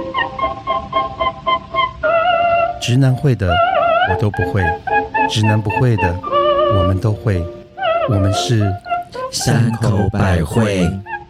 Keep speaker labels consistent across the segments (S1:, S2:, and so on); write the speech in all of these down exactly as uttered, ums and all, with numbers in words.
S1: 直男会的我都不会，直男不会的我们都会，我们是
S2: 山口百惠。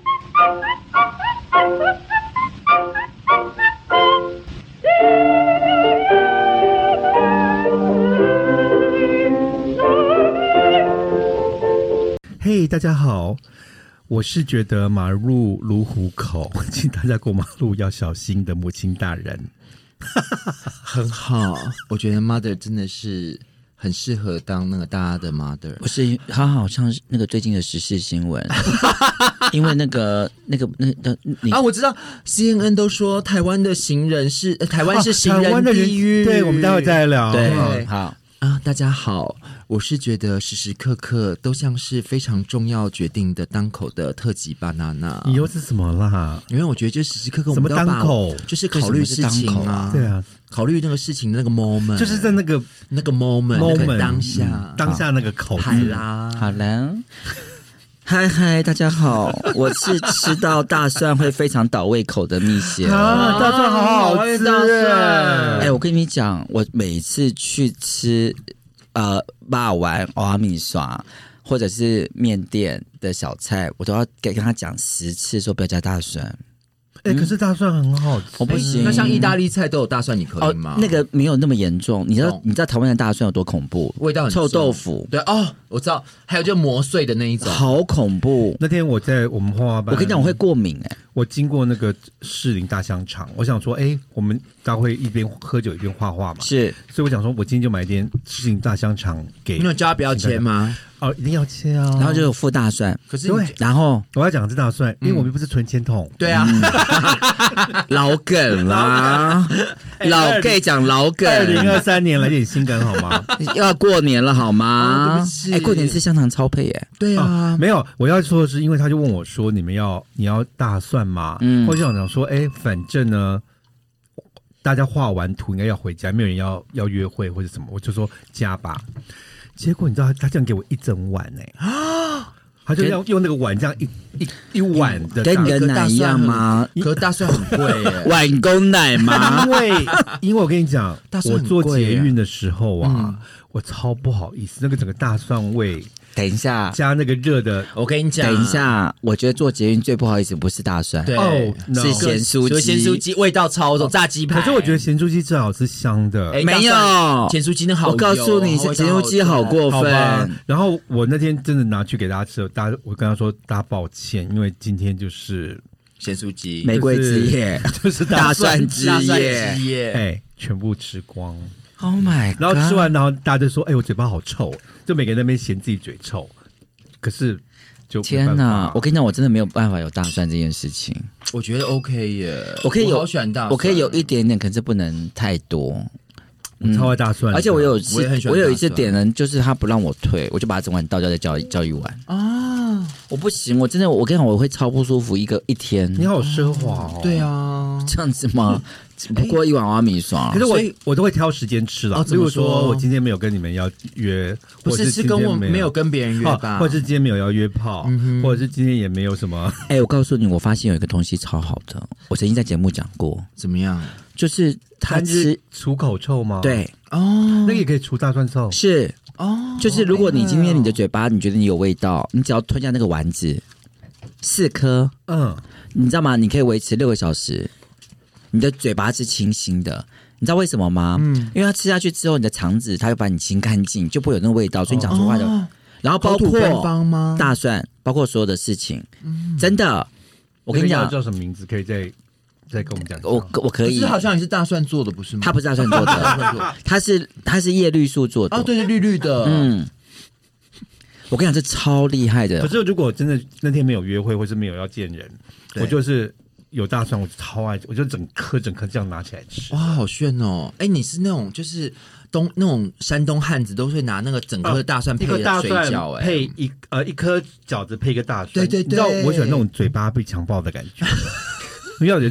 S1: 嘿、hey, 大家好，我是觉得马路如虎口，请大家过马路要小心的母亲大人。
S2: 很好，我觉得 mother 真的是很适合当那个大家的 mother。
S3: 不是，他好像是那个最近的时事新闻，因为那个那个那个
S2: 啊，我知道 C N N 都说台湾的行人是、呃、台湾是行人地狱、
S1: 啊、对，我们待会再来聊。
S3: 对，嗯、好。
S2: 啊，大家好，我是觉得时时刻刻都像是非常重要决定的当口的特级巴娜娜。
S1: 你又是什么啦？
S2: 因为我觉得就时时刻刻我们都要把
S1: 什么当口，
S2: 就是考虑事情啊，
S1: 对啊，
S2: 考虑那个事情的那个 moment，
S1: 就是在那个
S2: 那个 moment，,
S1: moment
S2: 那个当下、
S1: 嗯、当下那个口
S2: 海啦，
S3: 好了。嗨嗨，大家好，我是吃到大蒜会非常倒胃口的蜜雪
S1: 啊，大蒜好好吃哎！
S3: 哎，我跟你讲，我每次去吃呃霸丸、蚵仔米刷或者是面店的小菜，我都要跟他讲十次说不要加大蒜。
S1: 哎、欸，可是大蒜很好吃，
S3: 我不行。
S2: 那像意大利菜都有大蒜，你可以吗？
S3: 哦、那个没有那么严重。你知道、哦、你知道台湾的大蒜有多恐怖？
S2: 味道很
S3: 臭豆腐。
S2: 对哦，我知道。还有就磨碎的那一种，
S3: 好恐怖。
S1: 那天我在我们画画班，
S3: 我跟你讲，我会过敏哎、欸。
S1: 我经过那个士林大香肠，我想说，哎、欸，我们大家会一边喝酒一边画画嘛？
S3: 是，
S1: 所以我想说，我今天就买一点士林大香肠给。
S2: 你有叫他不要切吗？
S1: 哦，一定要切啊！
S3: 然后就有附大蒜，
S2: 可是
S1: 对，
S3: 然后
S1: 我要讲的是大蒜，因为我们不是存钱筒。
S2: 嗯、对啊，
S3: 嗯、老梗啦，老 gay 讲老梗。
S1: 二零二三年来点新梗好吗？
S3: 要过年了好吗？
S2: 哦、对不起，
S3: 哎、欸，过年吃香肠超配耶。
S2: 对啊、
S1: 哦，没有，我要说的是，因为他就问我说：“你们要你要大蒜吗？”嗯，我就想讲说：“哎、欸，反正呢，大家画完图应该要回家，没有人要要约会或者什么，我就说加吧。”结果你知道他这样给我一整碗哎、欸、啊！他就要用那个碗这样一一一碗的，
S3: 跟你的奶一样吗？
S2: 可是大蒜很贵耶，
S3: 碗公奶吗？
S1: 因为因为我跟你讲，我做捷运的时候啊、
S2: 嗯，我
S1: 超不好意思，那个整个大蒜味。
S3: 等一下，
S1: 加那个热的，
S2: 我跟你讲，
S3: 等一下，我觉得做捷运最不好意思不是大蒜，
S2: 对，
S1: 哦，
S3: 是咸酥鸡，
S2: 咸酥鸡味道超重，炸鸡排。
S1: 可是我觉得咸酥鸡最好是香的，
S2: 欸、
S3: 没有
S2: 咸酥鸡那好油，
S3: 我告诉你，咸酥鸡好过分。
S1: 然后我那天真的拿去给大家吃，大家我跟他说大家抱歉，因为今天就是
S2: 咸酥鸡、
S3: 玫瑰之夜，
S1: 就是
S3: 大蒜之
S2: 夜，
S1: 哎、欸，全部吃光。
S3: Oh my god！
S1: 然后吃完，然后大家就说：“哎、欸，我嘴巴好臭。”就每个人在那边嫌自己嘴臭。可是就
S3: 天哪！我跟你讲，我真的没有办法有大蒜这件事情。
S2: 我觉得 OK 耶，
S3: 我可以有，
S2: 我好喜欢大蒜，
S3: 我可以有一点点，可是不能太多。
S1: 我超爱大蒜、嗯，
S3: 而且我有一次，
S2: 我,
S3: 我有一次点人，就是他不让我退，我就把整碗倒掉，再叫叫一碗啊！我不行，我真的，我跟你讲，我会超不舒服一个一天。
S1: 你好奢华哦！
S2: 对啊，
S3: 这样子吗？不过一碗蚵仔米刷，
S1: 可是我我都会挑时间吃了。
S2: 哦，
S1: 比如说我今天没有跟你们要约，
S2: 不是是跟我没有跟别人约吧，
S1: 哦、或者是今天没有要约炮、嗯，或者是今天也没有什么。
S3: 哎、欸，我告诉你，我发现有一个东西超好的，我曾经在节目讲过。
S2: 怎么样？
S3: 就是他吃
S1: 除口臭吗？
S3: 对，
S1: 哦，那个也可以除大蒜臭。
S3: 是哦，就是如果你今天你的嘴巴你觉得你有味道，你只要吞下那个丸子四颗，嗯，你知道吗？你可以维持六个小时。你的嘴巴是清新的，你知道为什么吗？嗯，因为它吃下去之后，你的肠子它会把你清干净，就不会有那个味道，所以你讲出话的、哦。然后包括大蒜，包括所有的事情，嗯、真的，我跟你讲，
S1: 叫什么名字？可以再再跟我们讲。
S3: 我我可以，
S2: 可是好像也是大蒜做的，不是吗？
S3: 它不是大蒜做的，它是它是叶绿素做的。
S2: 哦，对对，绿绿的。嗯，
S3: 我跟你讲，这超厉害的。
S1: 可是如果真的那天没有约会，或是没有要见人，我就是。有大蒜，我就超爱，我就整颗整颗这样拿起来吃。
S2: 哇，好炫哦！哎，你是那种就是东那种山东汉子都会拿那个整颗大蒜配的水饺，哎、
S1: 呃，配一呃一颗饺子配一个大蒜。
S2: 对对对，
S1: 你知道我喜欢那种嘴巴被强暴的感觉，因为有这种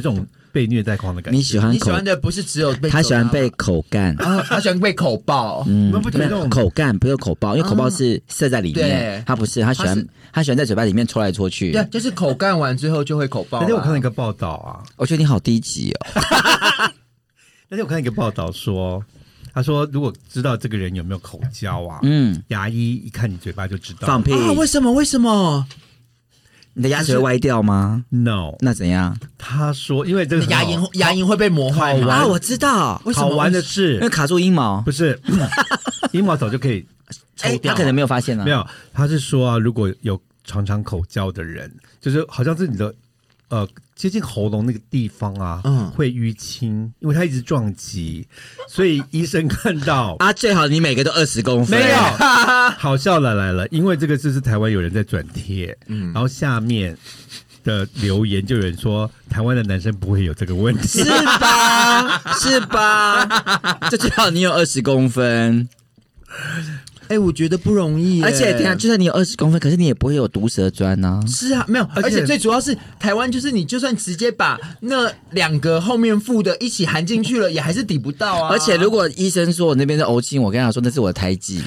S1: 被虐待狂的感觉。
S3: 你喜欢
S2: 你喜欢的不是只有被
S3: 他喜欢被口干
S2: 啊，他喜欢被口爆。
S3: 嗯，
S1: 不觉得那种
S3: 口干不是口爆，因为口爆是射在里面，
S2: 啊、
S3: 他不是，他喜欢他喜欢在嘴巴里面戳来戳去。
S2: 对，就是口干完之后就会口爆。
S1: 那天我看到一个报道啊，
S3: 我觉得你好低级哦。
S1: 那天我看到一个报道说。他说：“如果知道这个人有没有口交啊，
S3: 嗯，
S1: 牙医一看你嘴巴就知道。
S3: 放屁
S2: 啊！为什么？为什么？
S3: 你的牙齿会歪掉吗
S1: ？No，
S3: 那怎样？
S1: 他说，因为这个
S2: 牙龈牙龈会被磨坏吗？
S3: 啊，我知道，
S1: 好玩的是，
S3: 因为卡住阴毛，
S1: 不是阴毛早就可以抽掉、
S3: 欸。他可能没有发现啊，
S1: 没有。他是说啊，如果有常常口交的人，就是好像是你的。”呃，接近喉咙那个地方啊，嗯，会淤青，因为它一直撞击，所以医生看到
S3: 啊，最好你每个都二十公分，
S1: 没有，好笑了来了，因为这个就是台湾有人在转贴，嗯，然后下面的留言就有人说，台湾的男生不会有这个问题，
S3: 是吧？是吧？这最好你有二十公分。
S2: 哎、欸，我觉得不容易，
S3: 而且等一下，就算你有二十公分，可是你也不会有毒舌砖呐、啊。
S2: 是啊，没有，而且, 而且最主要是台湾，就是你就算直接把那两个后面附的一起含进去了，也还是抵不到啊。
S3: 而且如果医生说我那边是欧青，我跟他说那是我的胎记。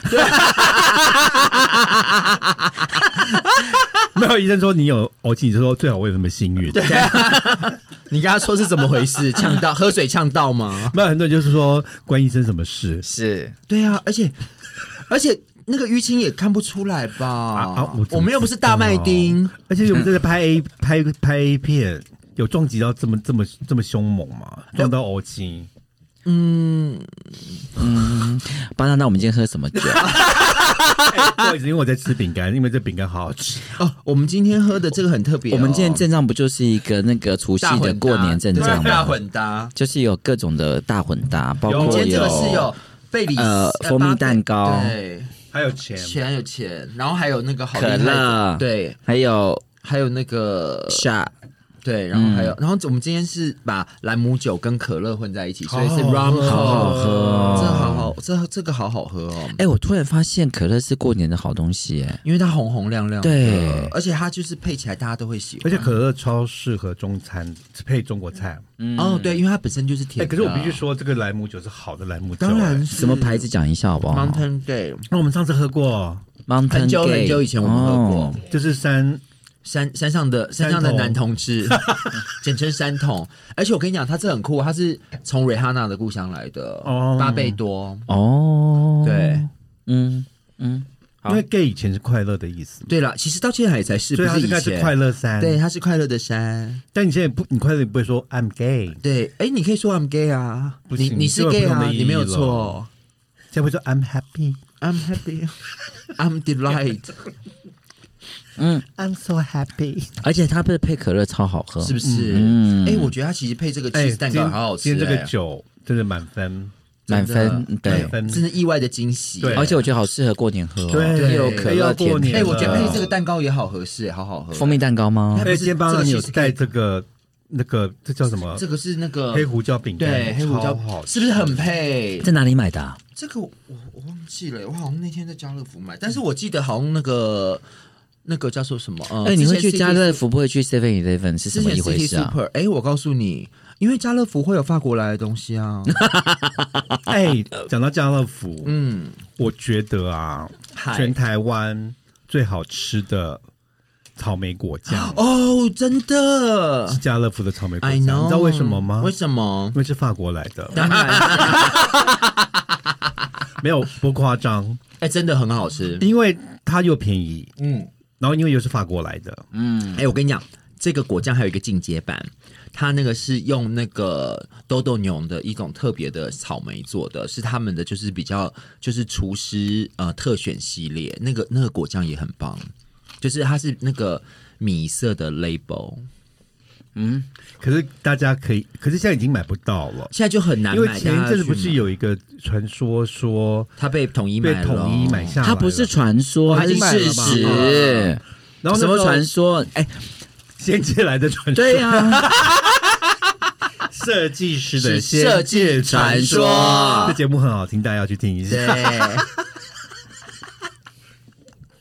S1: 没有医生说你有欧青，你就说最好我有那么幸运。
S2: 你跟他说是怎么回事？呛到喝水呛到吗？
S1: 没有，很多人就是说关医生什么事？
S3: 是
S2: 对啊，而且。而且那个淤青也看不出来吧？啊啊、我, 我们又不是大麦丁，
S1: 而且我们在拍 A 拍拍 A 片，有撞击到这么这么这么凶猛吗？撞到欧青？
S2: 嗯
S3: 嗯，巴娜，那我们今天喝什么酒？
S1: 欸、不好意思，因为我在吃饼干，因为这饼干好好吃
S2: 哦。我们今天喝的这个很特别、哦，
S3: 我们今天阵仗不就是一个那个除夕的过年阵仗吗？
S2: 大混搭，
S3: 就是有各种的大混搭，包括有。
S2: 今天这个是有。贝里
S3: 呃，蜂蜜蛋糕，
S2: 对，
S1: 还有钱，
S2: 钱有钱，然后还有那个好
S3: 可乐，
S2: 对，
S3: 还有
S2: 还有那个
S3: shot，
S2: 对，然后还有，嗯、然后我们今天是把兰姆酒跟可乐混在一起，所以是 rum，
S3: 好好喝、哦，
S2: 这好好，这这个好好喝哦。
S3: 哎、欸，我突然发现可乐是过年的好东西，哎，
S2: 因为它红红亮亮，
S3: 对，
S2: 而且它就是配起来大家都会喜欢，
S1: 而且可乐超适合中餐配中国菜。
S2: 嗯、哦，对，因为它本身就是甜的、
S1: 欸。可是我必须说，这个莱姆酒是好的莱姆酒，
S2: 当然
S3: 什么牌子讲一下好不好
S2: ？Mountain Gate，
S1: 那我们上次喝过
S3: ，Mountain Gate，
S2: 很久很久以前我们喝过，哦、
S1: 就是山
S2: 山山上的山上的男同志，简称山桶。而且我跟你讲，他这很酷，他是从瑞哈娜的故乡来的，哦，巴贝多，
S3: 哦，
S2: 对，
S3: 嗯嗯。
S1: 因为 gay 以前是快乐的意思，
S2: 对了，其实到现在也才是，
S1: 所以它应该是快乐山，
S2: 对，它是快乐的山。
S1: 但你现在不，你快乐你不会说 I'm gay，
S2: 对，哎，你可以说 I'm gay 啊，
S1: 不行，
S2: 你你是 gay 啊，你没有错。
S1: 现在会说 I'm happy，I'm
S2: happy，I'm delight，
S3: 嗯
S1: ，I'm so happy。
S3: 而且它不是配可乐超好喝，
S2: 是不是？嗯，哎，我觉得它其实配这个 cheese 蛋糕好好吃，
S1: 今天这个酒真的满分。
S3: 满分，对，
S2: 真是意外的惊喜。
S3: 对，而且我觉得好适合过年喝、哦，
S1: 对，
S3: 有可乐甜甜。
S2: 哎，我觉得配这个蛋糕也好合适，好好喝。
S3: 蜂蜜蛋糕吗？
S1: 哎，今天帮你有带这个那个，这叫什么？
S2: 这个是那个
S1: 黑胡椒饼干，
S2: 对，黑胡椒
S1: 好，
S2: 是不是很配？
S3: 在哪里买的、啊？
S2: 这个我我忘记了，我好像那天在家乐福买，但是我记得好像那个。那个叫做什么？
S3: 哎、呃，你会去家乐福，不会去 Seven Eleven 是什么一回事啊？
S2: 哎，我告诉你，因为家乐福会有法国来的东西啊。
S1: 哎，讲到家乐福，嗯，我觉得啊，全台湾最好吃的草莓果酱
S2: 哦，真的
S1: 是家乐福的草莓果酱，你知道为什么吗？
S2: 为什么？
S1: 因为是法国来的。
S2: 当然，
S1: 没有不夸张，
S2: 哎、欸，真的很好吃，
S1: 因为它又便宜，
S2: 嗯。
S1: 然后因为又是法国来的，
S2: 嗯，哎、欸，我跟你讲，这个果酱还有一个进阶版，它那个是用那个豆豆牛的一种特别的草莓做的，是他们的就是比较就是厨师呃特选系列，那个那个果酱也很棒，就是它是那个米色的 label。
S1: 嗯，可是大家可以，可是现在已经买不到了，
S2: 现在就很难买。
S1: 因为前一阵子不是有一个传说说
S2: 它被统一买了，
S1: 被统一买下来，
S3: 它不是传说，它是事实。然后什么传说？哎、欸，
S1: 仙界来的传说，
S3: 对呀、啊，
S1: 设计师的设计传说。这节目很好听，大家要去听一下。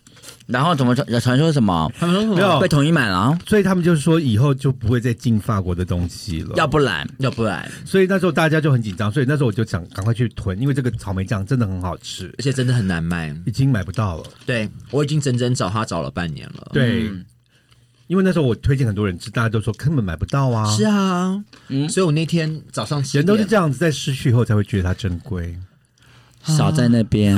S3: 然后怎么传说什么？
S2: 他们说什么？
S3: 被统一买了、啊，
S1: 所以他们就说以后就不会再进法国的东西了，
S3: 要不然，
S2: 要不然，
S1: 所以那时候大家就很紧张，所以那时候我就想赶快去囤，因为这个草莓酱真的很好吃，
S2: 而且真的很难卖，
S1: 已经买不到了。
S2: 对我已经整整找他找了半年了。
S1: 对。
S2: 嗯
S1: 因为那时候我推荐很多人吃，大家都说根本买不到啊。
S2: 是啊，嗯，所以我那天早上七点
S1: 人都是这样子，在失去后才会觉得它珍贵。
S3: 少在那边，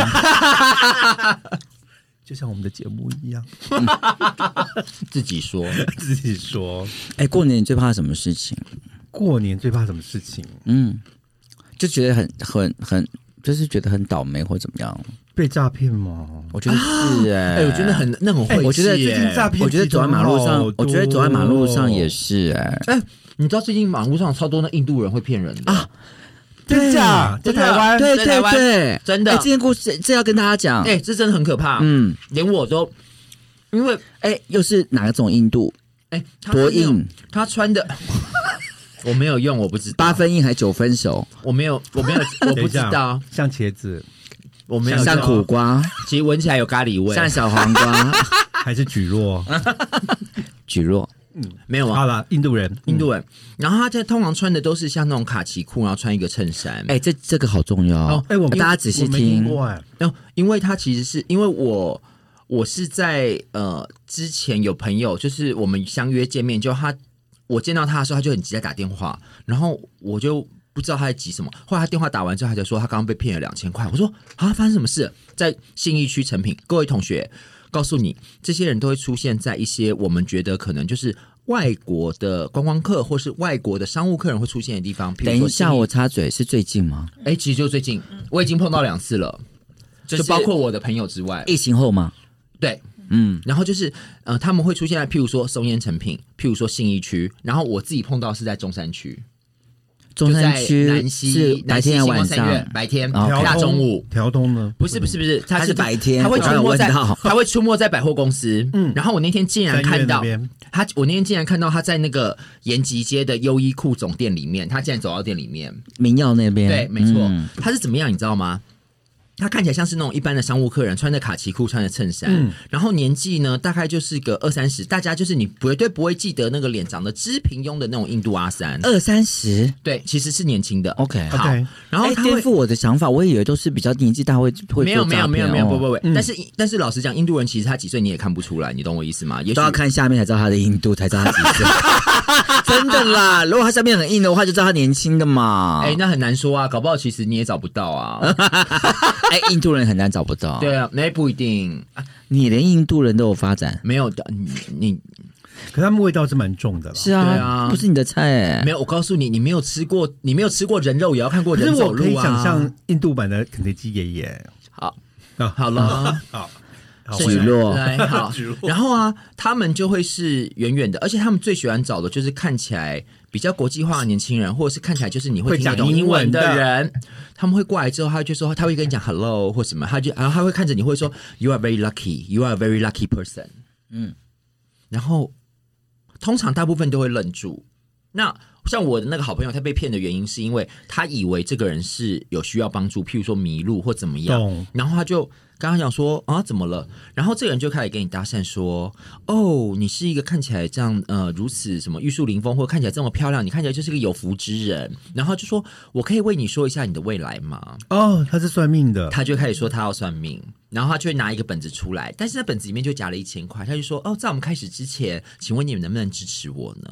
S1: 就像我们的节目一样，
S2: 自己说，
S1: 自己说。
S3: 哎、欸，过年你最怕什么事情？
S1: 过年最怕什么事情？
S3: 嗯，就觉得很很很，就是觉得很倒霉或怎么样。
S1: 被诈骗吗？
S3: 我觉得是哎、欸，
S2: 哎、欸，我觉得很那种晦气、欸。
S3: 我觉得
S1: 最近诈骗，
S3: 我觉得走在马路上，我觉得走在马路上也是哎、欸。
S2: 哎、欸，你知道最近马路上超多那印度人会骗人的啊？
S1: 真假？在台湾？
S3: 对对对，
S2: 真的。
S3: 哎、欸，这件故事这要跟大家讲。
S2: 哎、欸，这真的很可怕。嗯，连我都，因为
S3: 哎、欸，又是哪种印度？
S2: 哎、欸，
S3: 多硬？
S2: 他穿的。我没有用，我不知道
S3: 八分硬还九分熟，
S2: 我没有，我没有，我不知道。
S1: 像茄子，
S2: 我没有
S3: 像苦瓜，
S2: 其实闻起来有咖喱味，
S3: 像小黄瓜，
S1: 还是蒟蒻？
S3: 蒟蒻，
S2: 嗯，没有啊。
S1: 好了，印度人，
S2: 印度人，然后他在通常穿的都是像那种卡其裤，然后穿一个衬衫。
S3: 哎、欸，这这个好重要哦。
S1: 哎、欸，我
S3: 大家仔细听。
S1: 哎，
S2: 哦，因为他其实是因为我。我是在呃之前有朋友，就是我们相约见面，就他我见到他的时候，他就很急在打电话，然后我就不知道他在急什么。后来他电话打完之后，他就说他刚刚被骗了两千块。我说啊，发生什么事？在信义区诚品，各位同学，告诉你，这些人都会出现在一些我们觉得可能就是外国的观光客或是外国的商务客人会出现的地方。譬如说
S3: 等一下，我插嘴，是最近吗？
S2: 哎、欸，其实就最近，我已经碰到两次了，就包括我的朋友之外，
S3: 疫情后吗？
S2: 对，
S3: 嗯，
S2: 然后就是呃，他们会出现在譬如说松烟诚品，譬如说信义区，然后我自己碰到是在中山区，
S3: 中山区
S2: 南西
S3: 是白天还是晚上？
S2: 白天，
S3: 哦、
S2: 大中午。
S1: 调通呢？
S2: 不是不是不是，它是
S3: 白天，
S2: 它会出没在，它会出没在百货公司。嗯，然后我那天竟然看到他，我那天竟然看到他在那个延吉街的优衣库总店里面，他竟然走到店里面，
S3: 民耀那边，
S2: 对，没错，嗯、他是怎么样，你知道吗？他看起来像是那种一般的商务客人，穿着卡其裤，穿着衬衫，嗯、然后年纪呢大概就是个二三十，大家就是你绝对不会记得那个脸长得之平庸的那种印度阿三，
S3: 二三十，
S2: 对，其实是年轻的。
S3: OK，
S2: 好，
S1: okay.
S2: 然后
S3: 颠覆我的想法，我以为都是比较年纪大会会
S2: 没有没有没有没有不不不，
S3: 嗯、
S2: 但是但是老实讲，印度人其实他几岁你也看不出来，你懂我意思吗？也
S3: 都要看下面才知道他的印度，才知道他几岁。真的啦，如果他下面很硬的话，就知道他年轻的嘛。
S2: 哎、欸，那很难说啊，搞不好其实你也找不到啊。
S3: 哎、欸，印度人很难找不到。
S2: 对啊，那不一定。
S3: 你连印度人都有发展？
S2: 没有的，你你，
S1: 可他们味道是蛮重的了。
S3: 是啊，
S2: 对啊，
S3: 不是你的菜哎、欸。
S2: 没有，我告诉你，你没有吃过，你没有吃过人肉，也要看过人走路啊。
S1: 可是我可以想象印度版的肯德基爷爷。
S2: 好，
S1: 啊、
S2: 好了，
S1: 好。
S3: 举落
S2: 来好，然后啊，他们就会是远远的，而且他们最喜欢找的就是看起来比较国际化的年轻人，或者是看起来就是你会听得懂英文的人。他们会过来之后，他就说他会跟你讲 hello 或什么，他就然后他会看着你会说 you are very lucky, you are a very lucky person。嗯，然后通常大部分都会愣住。那像我的那个好朋友，他被骗的原因是因为他以为这个人是有需要帮助，譬如说迷路或怎么样，然后他就跟他讲说啊怎么了，然后这个人就开始跟你搭讪说，哦，你是一个看起来这样呃如此什么玉树临风，或看起来这么漂亮，你看起来就是个有福之人，然后就说我可以为你说一下你的未来吗？
S1: 哦，他是算命的，
S2: 他就开始说他要算命，然后他就会拿一个本子出来，但是那本子里面就夹了一千块，他就说哦，在我们开始之前，请问你们能不能支持我呢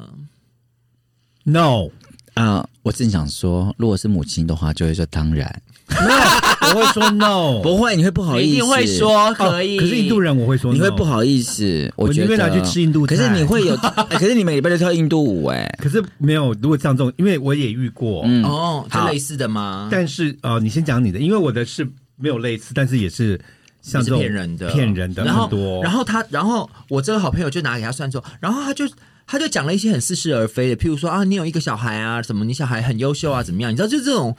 S1: ？No
S3: 啊、呃，我正想说，如果是母亲的话，就会说当然。
S1: No， 我会说 no，
S3: 不会，你会不好意思，
S2: 一定会说可以、
S1: 哦。可是印度人我会说 no，
S3: 你会不好意思。我觉得
S1: 我宁愿拿去吃印度菜。
S3: 可是你会有，欸、可是你每礼拜都跳印度舞哎、欸。
S1: 可是没有，如果像这种，因为我也遇过，
S2: 嗯、哦，就类似的吗？
S1: 但是呃，你先讲你的，因为我的是没有类似，但是也是像这种
S2: 骗人的，
S1: 骗人的
S2: 然后
S1: 很多。
S2: 然后他，然后我这个好朋友就拿给他算之后，然后他就。他就讲了一些很似是而非的，譬如说啊，你有一个小孩啊，什么你小孩很优秀啊，怎么样？你知道，就这种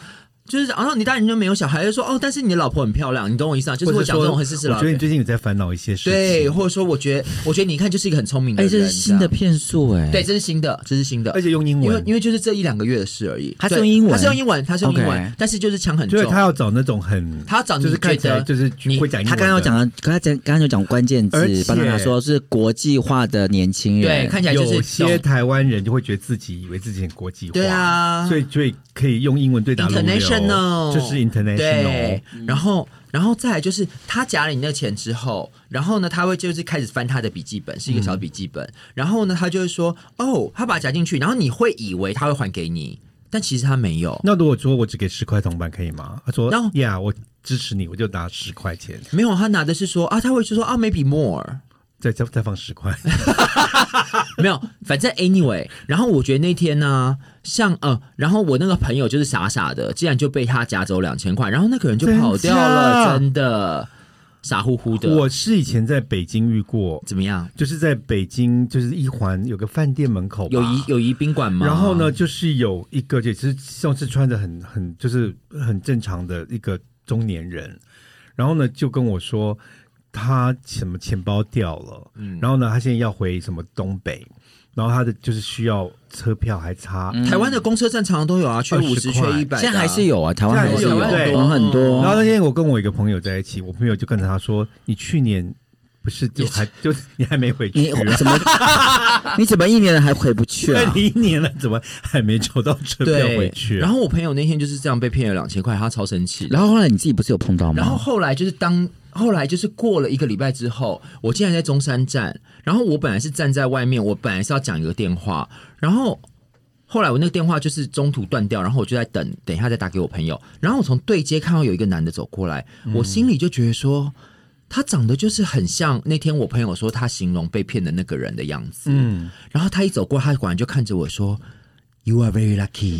S2: 就是，然后你大人就没有小孩，就说哦，但是你的老婆很漂亮，你懂我意思啊？就是会讲这种很事实。
S1: 我觉得你最近有在烦恼一些事情，
S2: 对，或者说我觉得，我觉得你看就是一个很聪明的人，
S3: 哎，这是新的骗术哎，
S2: 对，这是新的，这是新的，
S1: 而且用英文，
S2: 因为因为就是这一两个月的事而已。
S3: 他是用英文，
S2: 他是用英文，他是用英文， okay. 但是就是腔很重，
S1: 所以他要找那种很，
S2: 他要找
S1: 就是看起来就是会讲英文。
S3: 他刚刚讲的，他刚刚有讲关键字，帮他说是国际化的年轻人，
S2: 对，看起来就是
S1: 有些台湾人就会觉得自己以为自己很国际化，
S2: 对啊，
S1: 所以所以可以用英文对答如流，
S2: international，
S1: 就是 international。
S2: 对，然后，然后再来就是他夹了你那个钱之后，然后呢，他会就是开始翻他的笔记本，是一个小笔记本，嗯、然后呢，他就会说，哦，他把它夹进去，然后你会以为他会还给你，但其实他没有。
S1: 那如果说我只给十块铜板可以吗？他说，呀， yeah, 我支持你，我就拿十块钱。
S2: 没有，他拿的是说啊，他会说啊 ，maybe more。
S1: 再再再放十块，
S2: 没有，反正 anyway， 然后我觉得那天呢，像呃，然后我那个朋友就是傻傻的，竟然就被他夹走两千块，然后那个人就跑掉了，真的傻乎乎的。
S1: 我是以前在北京遇过，
S2: 怎么样？
S1: 就是在北京，就是一环有个饭店门口，
S2: 友谊友谊宾馆吗？
S1: 然后呢，就是有一个也是像是穿着很很就是很正常的一个中年人，然后呢就跟我说。他什么钱包掉了，嗯，然后呢，他现在要回什么东北，然后他的就是需要车票还差，
S2: 嗯、台湾的公车站常常都有啊，缺五十缺一百，
S3: 现在还是有啊，台湾还是有，
S1: 对，
S3: 有很多。
S1: 然后那天我跟我一个朋友在一起，我朋友就跟着他说：“你去年不是就还就你还没回去、啊？
S3: 你怎么你怎么一年了还回不去啊？
S1: 你一年了怎么还没筹到车票回去、啊？”
S2: 然后我朋友那天就是这样被骗了两千块，他超生气。
S3: 然后后来你自己不是有碰到吗？
S2: 然后后来就是当。后来就是过了一个礼拜之后，我竟然在中山站，然后我本来是站在外面，我本来是要讲一个电话，然后后来我那个电话就是中途断掉，然后我就在等，等一下再打给我朋友，然后我从对街看到有一个男的走过来，我心里就觉得说，他长得就是很像那天我朋友说他形容被骗的那个人的样子，嗯，然后他一走过，他果然就看着我说。You are very lucky.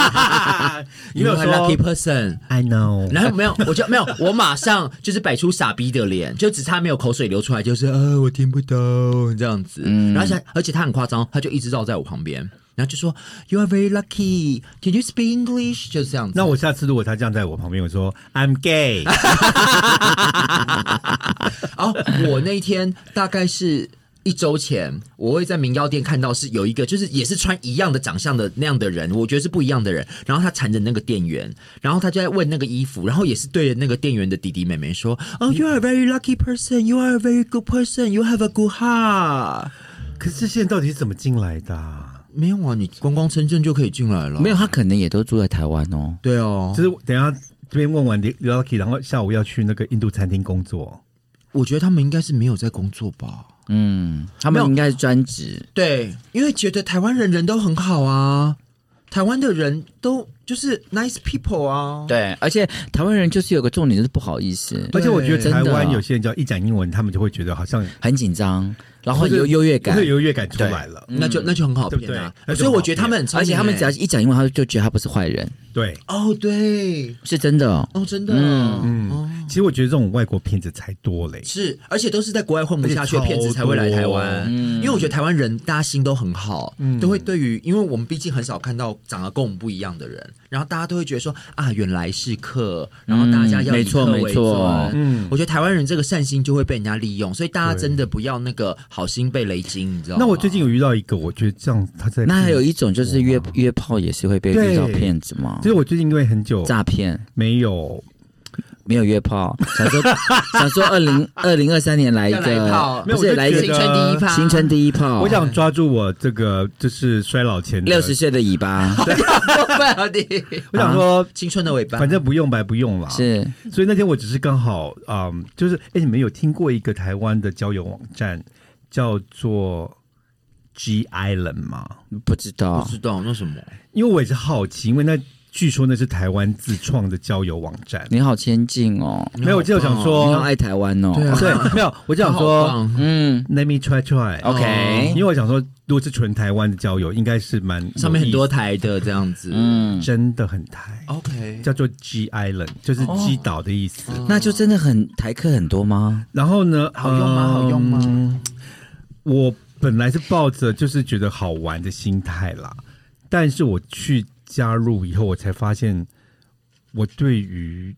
S2: You are a lucky person.
S1: I know.
S2: 然后没有，我就没有，我马上就是摆出傻逼的脸，就只差没有口水流出来，就是啊，我听不懂这样子。嗯、然后而且他很夸张，他就一直绕在我旁边，然后就说 You are very lucky. Can you speak English? 就是这样子。
S1: 那我下次如果他这样在我旁边，我说 I'm gay.
S2: 哦，我那一天大概是。一周前，我会在民药店看到是有一个，就是也是穿一样的长相的那样的人，我觉得是不一样的人。然后他缠着那个店员，然后他就在问那个衣服，然后也是对着那个店员的弟弟妹妹说：“哦、oh, ，You are a very lucky person, you are a very good person, you have a good heart。”
S1: 可是现在到底是怎么进来的、啊？
S2: 没有啊，你观光签证就可以进来了。
S3: 没有，他可能也都住在台湾哦。
S2: 对哦，
S1: 就是等一下这边问完 lucky， 然后下午要去那个印度餐厅工作。
S2: 我觉得他们应该是没有在工作吧。
S3: 嗯，他们应该是专职。
S2: 对，因为觉得台湾人人都很好啊，台湾的人都就是 nice people 啊。
S3: 对，而且台湾人就是有个重点，就是不好意思。
S1: 而且我觉得台湾有些人只要一讲英文，他们就会觉得好像
S3: 很紧张，然后有优越感，
S1: 会优越感出来了，
S2: 那就那就很好骗啊。对对，所以我觉得他们很聪明，
S3: 而且他们只要一讲英文，他就觉得他不是坏人。
S1: 对，
S2: 哦，对，
S3: 是真的哦，
S2: 哦，真的，嗯
S1: 嗯。哦其实我觉得这种外国骗子才多嘞，
S2: 是，而且都是在国外混不下去的骗子才会来台湾。嗯，因为我觉得台湾人大家心都很好，嗯、都会对于，因为我们毕竟很少看到长得跟我们不一样的人，然后大家都会觉得说啊，原来是客，然后大家要以客为尊。嗯，我觉得台湾人这个善心就会被人家利用，所以大家真的不要那个好心被雷击，你知道吗？
S1: 那我最近有遇到一个，我觉得这样他在
S3: 那还有一种就是约约炮也是会被遇到骗子吗？
S1: 其实我最近因为很久
S3: 诈骗
S1: 没有。
S3: 没有约炮，想说想说二零二零二三年来一个，
S2: 不是来一个青春第一炮，
S3: 青春第一炮。
S1: 我想抓住我这个就是衰老前
S3: 六十岁的尾巴。
S1: 我想说、啊、
S2: 青春的尾巴，
S1: 反正不用白不用了。
S3: 是，
S1: 所以那天我只是刚好，嗯，就是哎，你们有听过一个台湾的交友网站叫做 G Island 吗？
S3: 不知道，
S2: 不知道那什么？
S1: 因为我也是好奇，因为那。据说那是台湾自创的交友网站。
S3: 你好先进哦！
S1: 没有，我就想说，
S3: 你好爱台湾哦。
S1: 对啊，对，没有，我就想说，
S3: 嗯
S1: ，Let me try try，OK。因为我想说，如果是纯台湾的交友，应该是蛮
S2: 上面很多台的这样子，
S1: 嗯，真的很台。
S2: OK，
S1: 叫做 G Island， 就是基岛的意思。
S3: 那就真的很台客很多吗？
S1: 然后呢，
S2: 好用吗？好用吗？
S1: 我本来是抱着就是觉得好玩的心态啦，但是我去。加入以后，我才发现我对于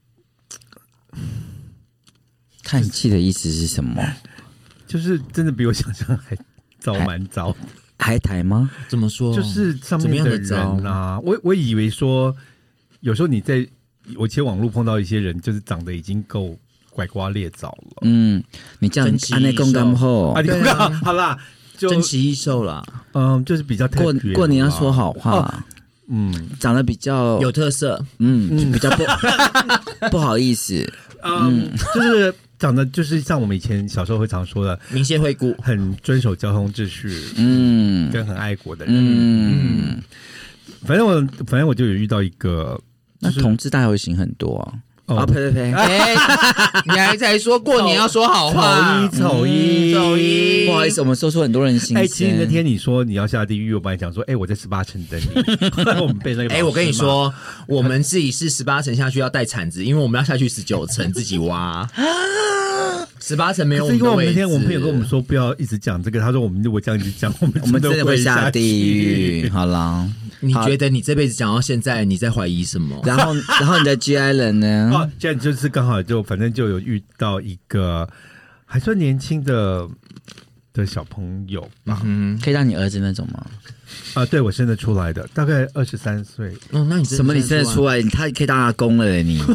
S3: 叹气的意思是什么？
S1: 就是真的比我想象还糟蛮糟。
S3: 海苔吗？
S2: 怎么说？
S1: 就是上面的人啊，我我以为说，有时候你在我以前网络碰到一些人，就是长得已经够拐瓜裂枣了。嗯，
S3: 你这样按那公干后
S1: 啊，你公干好啦，就
S2: 珍奇异兽啦。
S1: 嗯，就是比较特
S3: 别过过年要说好话。哦嗯，长得比较
S2: 有特色，
S3: 嗯，嗯比较不不好意思，
S1: 嗯，就是长得就是像我们以前小时候会常说的
S2: 明谢惠顾，很
S1: 遵守交通秩序，嗯，跟很爱国的人，嗯，反正我反正我就有遇到一个，
S3: 那同志大游行很多啊。啊呸呸呸！
S2: 哎，你还在说过年要说好话？
S1: 丑一丑一
S2: 丑一，
S3: 不好意思，我们说出很多人心声。
S1: 哎，其实那天你说你要下地狱，我本来讲说，哎，我在十八层等你。后来我们被那个，
S2: 哎，我跟你说，我们自己是十八层下去要带铲子，因为我们要下去十九层自己挖。十八层没有我们的位置。
S1: 因为我们那天我们朋友跟我们说不要一直讲这个，他说我们如果这样一直讲，我们
S3: 我们真的会下地狱。好啦。
S2: 你觉得你这辈子讲到现在，你在怀疑什么？
S3: 然后，然后你的 G I 人呢？
S1: 哦，这样就是刚好就反正就有遇到一个还算年轻的的小朋友吧，
S3: 嗯，可以让你儿子那种吗？
S1: 啊，对我生得出来的，大概二十三岁。
S2: 哦，那你
S3: 什么？你生得出来？他可以当阿公了嘞，你。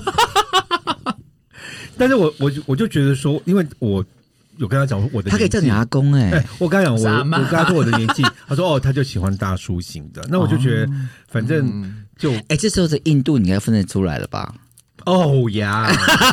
S1: 但是我我我就觉得说，因为我。有跟他讲我的，
S3: 他可以叫你阿公哎、欸欸！
S1: 我跟他讲我，我跟他说我的年纪，他说哦，他就喜欢大叔型的。那我就觉得，哦、反正就哎、
S3: 欸，这时候的硬度你应该分得出来了吧？
S1: 哦呀，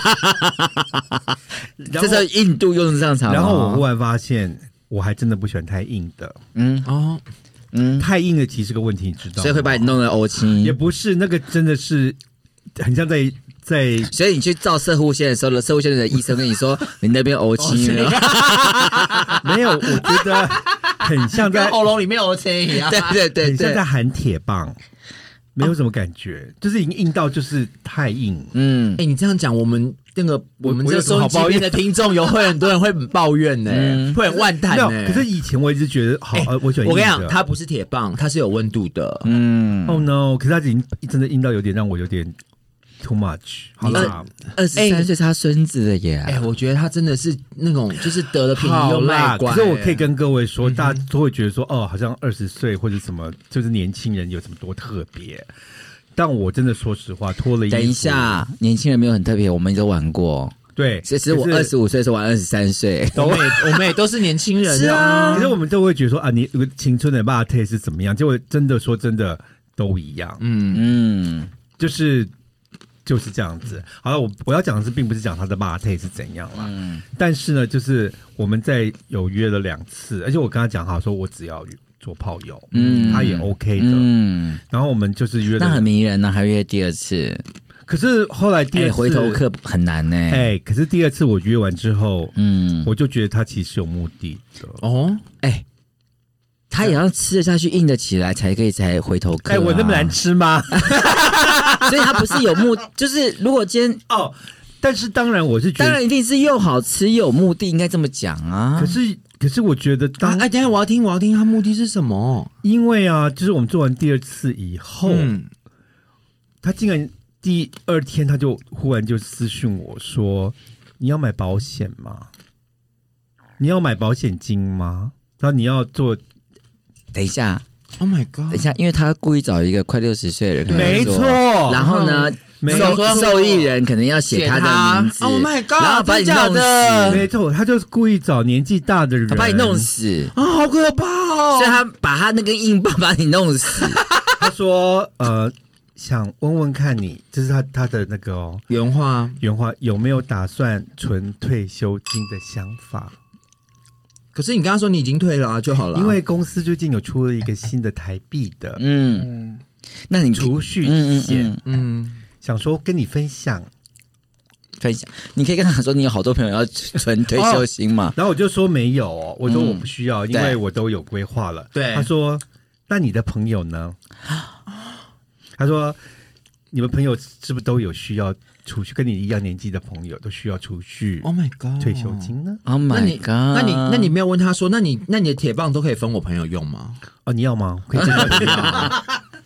S3: 这时候硬度用得上场。
S1: 然后我忽然发现，我还真的不喜欢太硬的。嗯哦，嗯，太硬的其实是个问题，你知道吗？
S3: 所以会把你弄得欧青。
S1: 也不是那个，真的是很像在。在，
S3: 所以你去照射护线的时候，射护线的医生跟你说你那边欧青了，
S1: 没有，我觉得很像在
S2: 喉咙里面欧青一样，
S3: 对对对，
S1: 很像在含铁棒，没有什么感觉，就是已经硬到就是太硬。嗯，
S2: 哎、欸，你这样讲，我们那个我们这个收音机边的听众有会很多人会很抱怨呢、欸，嗯、会很万叹呢、欸。
S1: 可是以前我一直觉得好，欸、我喜欢硬的。
S2: 我跟你讲，它不是铁棒，它是有温度的。
S1: 嗯 ，Oh no！ 可是它已经真的硬到有点让我有点。Too much， 好啦，
S3: 二十三岁是他孙子的耶。
S2: 哎、欸，我觉得他真的是那种，就是得了便宜又卖乖。
S1: 可是我可以跟各位说，嗯、大家都会觉得说，哦，好像二十岁或者什么，就是年轻人有什么多特别。但我真的说实话，脱了衣服。
S3: 等一下，年轻人没有很特别，我们都玩过。
S1: 对，
S3: 其实我二十五岁的时候玩二十三岁，
S2: 我们也我们也都是年轻人
S3: 是啊。
S1: 可是我们都会觉得说啊，你青春的霸体是怎么样？结果真的说真的都一样。嗯嗯，就是。就是这样子。好了，我我要讲的是，并不是讲他的骂态是怎样啦。嗯，但是呢，就是我们在有约了两次，而且我跟他讲好，说我只要做炮友，嗯，他也 OK 的，嗯。然后我们就是约了，
S3: 那很迷人呢、啊，还约第二次。
S1: 可是后来第二次、
S3: 欸、回头客很难呢、欸。
S1: 哎、欸，可是第二次我约完之后，嗯，我就觉得他其实有目的的。
S3: 哦，哎、欸。他也要吃得下去、硬得起来才可以才回头客、啊。
S1: 哎、欸，我那么难吃吗？
S3: 所以他不是有目，就是如果今天
S1: 哦，但是当然我是觉得，
S3: 当然一定是又好吃又有目的，应该这么讲啊。
S1: 可是可是我觉得当，
S2: 哎、啊，等一下我要听，我要听他目的是什么？
S1: 因为啊，就是我们做完第二次以后，嗯、他竟然第二天他就忽然就私讯我说：“你要买保险吗？你要买保险金吗？然后你要做。”
S3: 等一下
S2: ，Oh my god！
S3: 等一下，因为他故意找一个快六十岁的人，
S1: 没错。
S3: 然后呢，受受益人可能要写他的名字
S2: ，Oh my god！
S3: 然后把你弄死，
S1: 没错，他就是故意找年纪大的人，
S3: 把你弄死
S2: 啊，好可怕哦！
S3: 所以他把他那根硬棒把你弄死。
S1: 他说：“呃，想问问看你，这是他他的那个、哦、
S2: 原话，
S1: 原话有没有打算存退休金的想法？”
S2: 可是你刚刚说你已经退了、啊、就好了、啊，
S1: 因为公司最近有出了一个新的台币的，嗯，
S3: 那你
S1: 储蓄险，嗯, 嗯, 嗯，想说跟你分享
S3: 分享，你可以跟他说你有好多朋友要存退休金嘛、哦，
S1: 然后我就说没有、哦，我说我不需要，嗯、因为我都有规划了。
S2: 对，
S1: 他说那你的朋友呢？他说你们朋友是不是都有需要？储蓄跟你一样年纪的朋友都需要储蓄
S2: ，Oh my god，
S1: 退休金呢
S3: ？Oh my god，
S2: 那你那你没有问他说，那你那你的铁棒都可以分我朋友用吗？
S1: 哦，你要吗？可以真的要吗？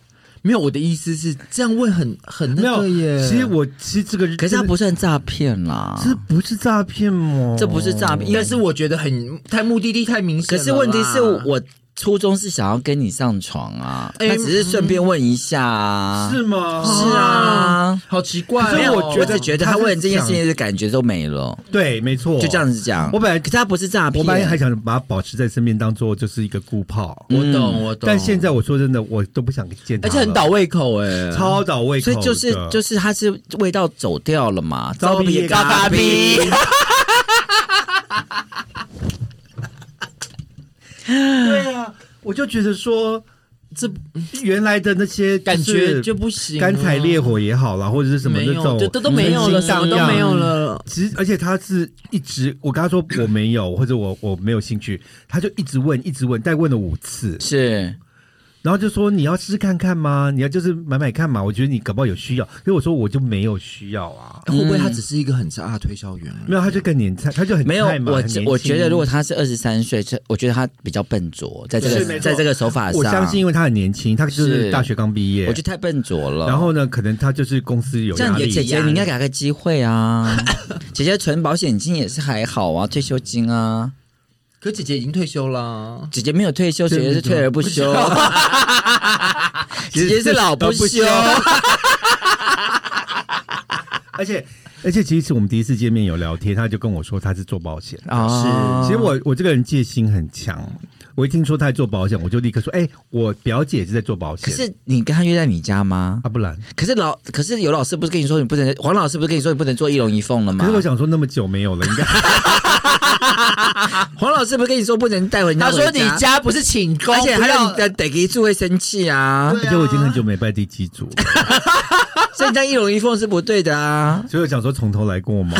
S2: 没有，我的意思是这样问很很那个耶。
S1: 其实我其实这个，
S3: 可是它不算诈骗啦，
S1: 这不是诈骗吗？
S3: 这不是诈骗，
S2: 但是我觉得很太目的地太明显了。
S3: 可是问题是我。初衷是想要跟你上床啊，他、欸、只是顺便问一下啊，
S1: 是吗？
S3: 是啊，
S2: 好奇怪、哦。
S3: 可是我觉得，我只觉得他问这件事情的感觉都没了。
S1: 对，没错，
S3: 就这样子讲。
S1: 我本来，
S3: 可是他不是诈骗，
S1: 我本来还想把他保持在身边，当做就是一个顾炮。
S2: 我懂，我懂。
S1: 但现在我说真的，我都不想见他，
S2: 而且很倒胃口哎、欸，
S1: 超倒胃口。
S3: 所以就是就是他是味道走掉了嘛，
S1: 招逼
S3: 高咖逼。
S1: 对啊。我就觉得说，这原来的那些
S2: 感觉就不行，
S1: 干柴烈火也好啦，或者是什么那种，
S2: 都都没有了，什么都没有了。
S1: 其实，而且他是一直，我跟他说我没有，或者我我没有兴趣，他就一直问，一直问，但问了五次，
S3: 是。
S1: 然后就说你要试试看看吗？你要就是买买看嘛？我觉得你搞不好有需要，所以我说我就没有需要啊。
S2: 会不会他只是一个很差的推销员？
S1: 没有，他就更年菜，他就很
S3: 没有。我我觉得如果他是二十三岁，我觉得他比较笨拙，在这个在这个手法上，
S1: 我相信因为他很年轻，他就是大学刚毕业，
S3: 我觉得太笨拙了。
S1: 然后呢，可能他就是公司有压力。
S3: 姐姐，你应该给他个机会啊！姐姐存保险金也是还好啊，退休金啊。
S2: 可姐姐已经退休了，
S3: 姐姐没有退休，姐姐是退而不休。姐姐是老不休。
S1: 而且而且，其实我们第一次见面有聊天，他就跟我说他是做保险的。
S3: 哦，
S1: 是，其实我我这个人戒心很强，我一听说他在做保险，我就立刻说：“哎、欸，我表姐也是在做保险。”
S3: 可是你跟他约在你家吗？
S1: 啊，不然。
S3: 可是老可是有老师不是跟你说你不能，黄老师不是跟你说你不能做一龙一凤了吗？
S1: 可是我想说那么久没有了，应该。
S3: 黄老师不是跟你说不能带回家？
S2: 他说你家不是请功，
S3: 而且还有你的得给住会生气啊！
S1: 啊而且我已经很久没拜地基主了，
S3: 所以你这样一龙一凤是不对的啊！
S1: 所以我想说从头来过吗？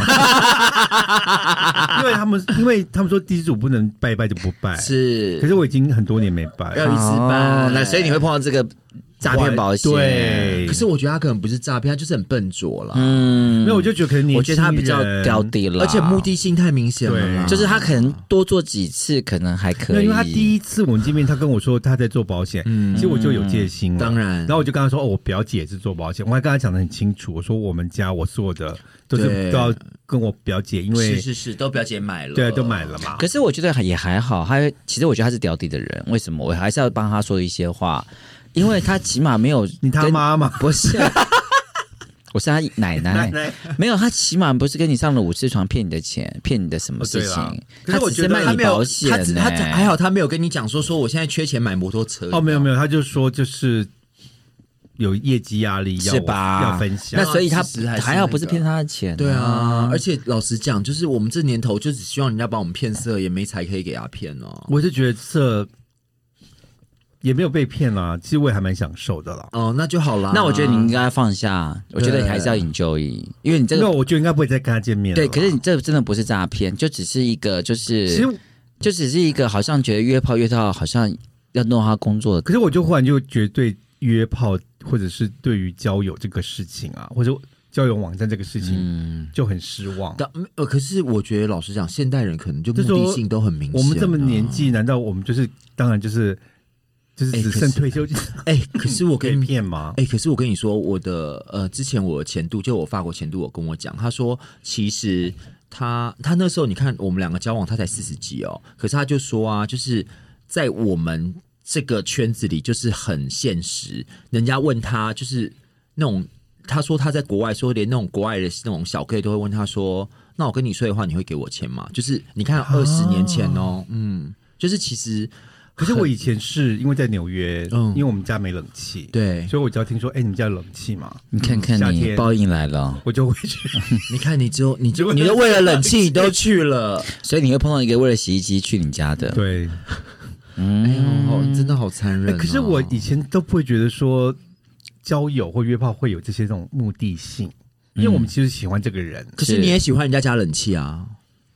S1: 因为他们因为他们说地基主不能拜一拜就不拜，
S3: 是。
S1: 可是我已经很多年没拜，
S2: 要一次拜，
S3: 哦、那所以你会碰到这个。诈骗保险，
S1: 对，
S2: 可是我觉得他可能不是诈骗，他就是很笨拙了。
S3: 嗯，
S1: 那我就觉得可能
S3: 我觉得他比较刁低了，
S2: 而且目的性太明显了。
S3: 就是他可能多做几次，可能还可以。
S1: 因为他第一次我们见面，他跟我说他在做保险，嗯，其实我就有戒心了。
S2: 当然，
S1: 然后我就跟他说，哦，我表姐也是做保险，我还跟他讲得很清楚，我说我们家我做的都是都要跟我表姐，因为
S2: 是是是，都表姐买了，
S1: 对，都买了嘛。
S3: 可是我觉得也还好，他其实我觉得他是刁低的人，为什么？我还是要帮他说一些话。因为他起码没有
S1: 你他妈嘛，
S3: 不是，我是他奶奶，奶奶没有，他起码不是跟你上了五次床骗你的钱，骗你的什么事情？哦、
S1: 可是我觉得
S3: 他卖你保险、欸，
S2: 他他还好，他没有跟你讲说说我现在缺钱买摩托车。
S1: 哦，没有没有，他就说就是有业绩压力，
S3: 是吧？
S1: 要分享。
S3: 那所以他
S2: 还
S3: 还好不是骗他的钱、啊，
S2: 对啊。而且老实讲，就是我们这年头就只希望人家帮我们骗色，也没才可以给他骗哦。
S1: 我是觉得色。也没有被骗啦，其实我也还蛮享受的啦。
S2: 哦，那就好啦。
S3: 那我觉得你应该放下，我觉得你还是要 enjoy， 因为你这个，
S1: 那我就应该不会再跟他见面了。
S3: 对，可是你这真的不是诈骗，就只是一个，就是其实就只是一个，好像觉得约炮约到好像要弄他工作的。
S1: 可是我就忽然就觉得对约炮或者是对于交友这个事情啊，或者交友网站这个事情就很失望。
S2: 嗯、呃，可是我觉得老实讲，现代人可能就目的性都很明显、啊。
S1: 我们这么年纪，难道我们就是当然就是？就是只剩退休金。
S2: 哎、欸，可是我跟
S1: 你骗吗？
S2: 哎、欸，可是我跟你说，我的呃，之前我的前度，就我法国前度，我跟我讲，他说其实他他那时候你看我们两个交往，他才四十几哦，可是他就说啊，就是在我们这个圈子里，就是很现实。人家问他，就是那种他说他在国外，说连那种国外的那种小 K 都会问他说，那我跟你睡的话，你会给我钱吗？就是你看二十年前哦，嗯，就是其实。
S1: 可是我以前是因为在纽约，嗯，因为我们家没冷气，
S2: 对，
S1: 所以我只要听说，哎、欸，你们家有冷气吗？
S3: 你看看你报应来了，
S1: 我就会去。
S2: 你看你就你就你就为了冷气你都去了，
S3: 所以你会碰到一个为了洗衣机去你家的，
S1: 对，
S2: 嗯，哎呦，真的好残忍、哦
S1: 欸。可是我以前都不会觉得说交友或约炮会有这些这种目的性，因为我们其实喜欢这个人。
S2: 可是你也喜欢人家加冷气啊？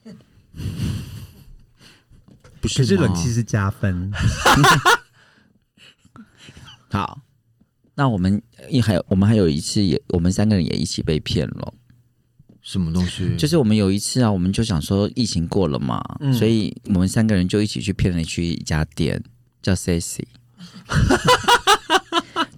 S2: 不是，
S1: 可是冷气是加分。
S3: 好，那我们还有我们还有一次也，我们三个人也一起被骗了。
S2: 什么东西？
S3: 就是我们有一次啊，我们就想说疫情过了嘛，嗯、所以我们三个人就一起去骗了去一家店，叫 Sassy。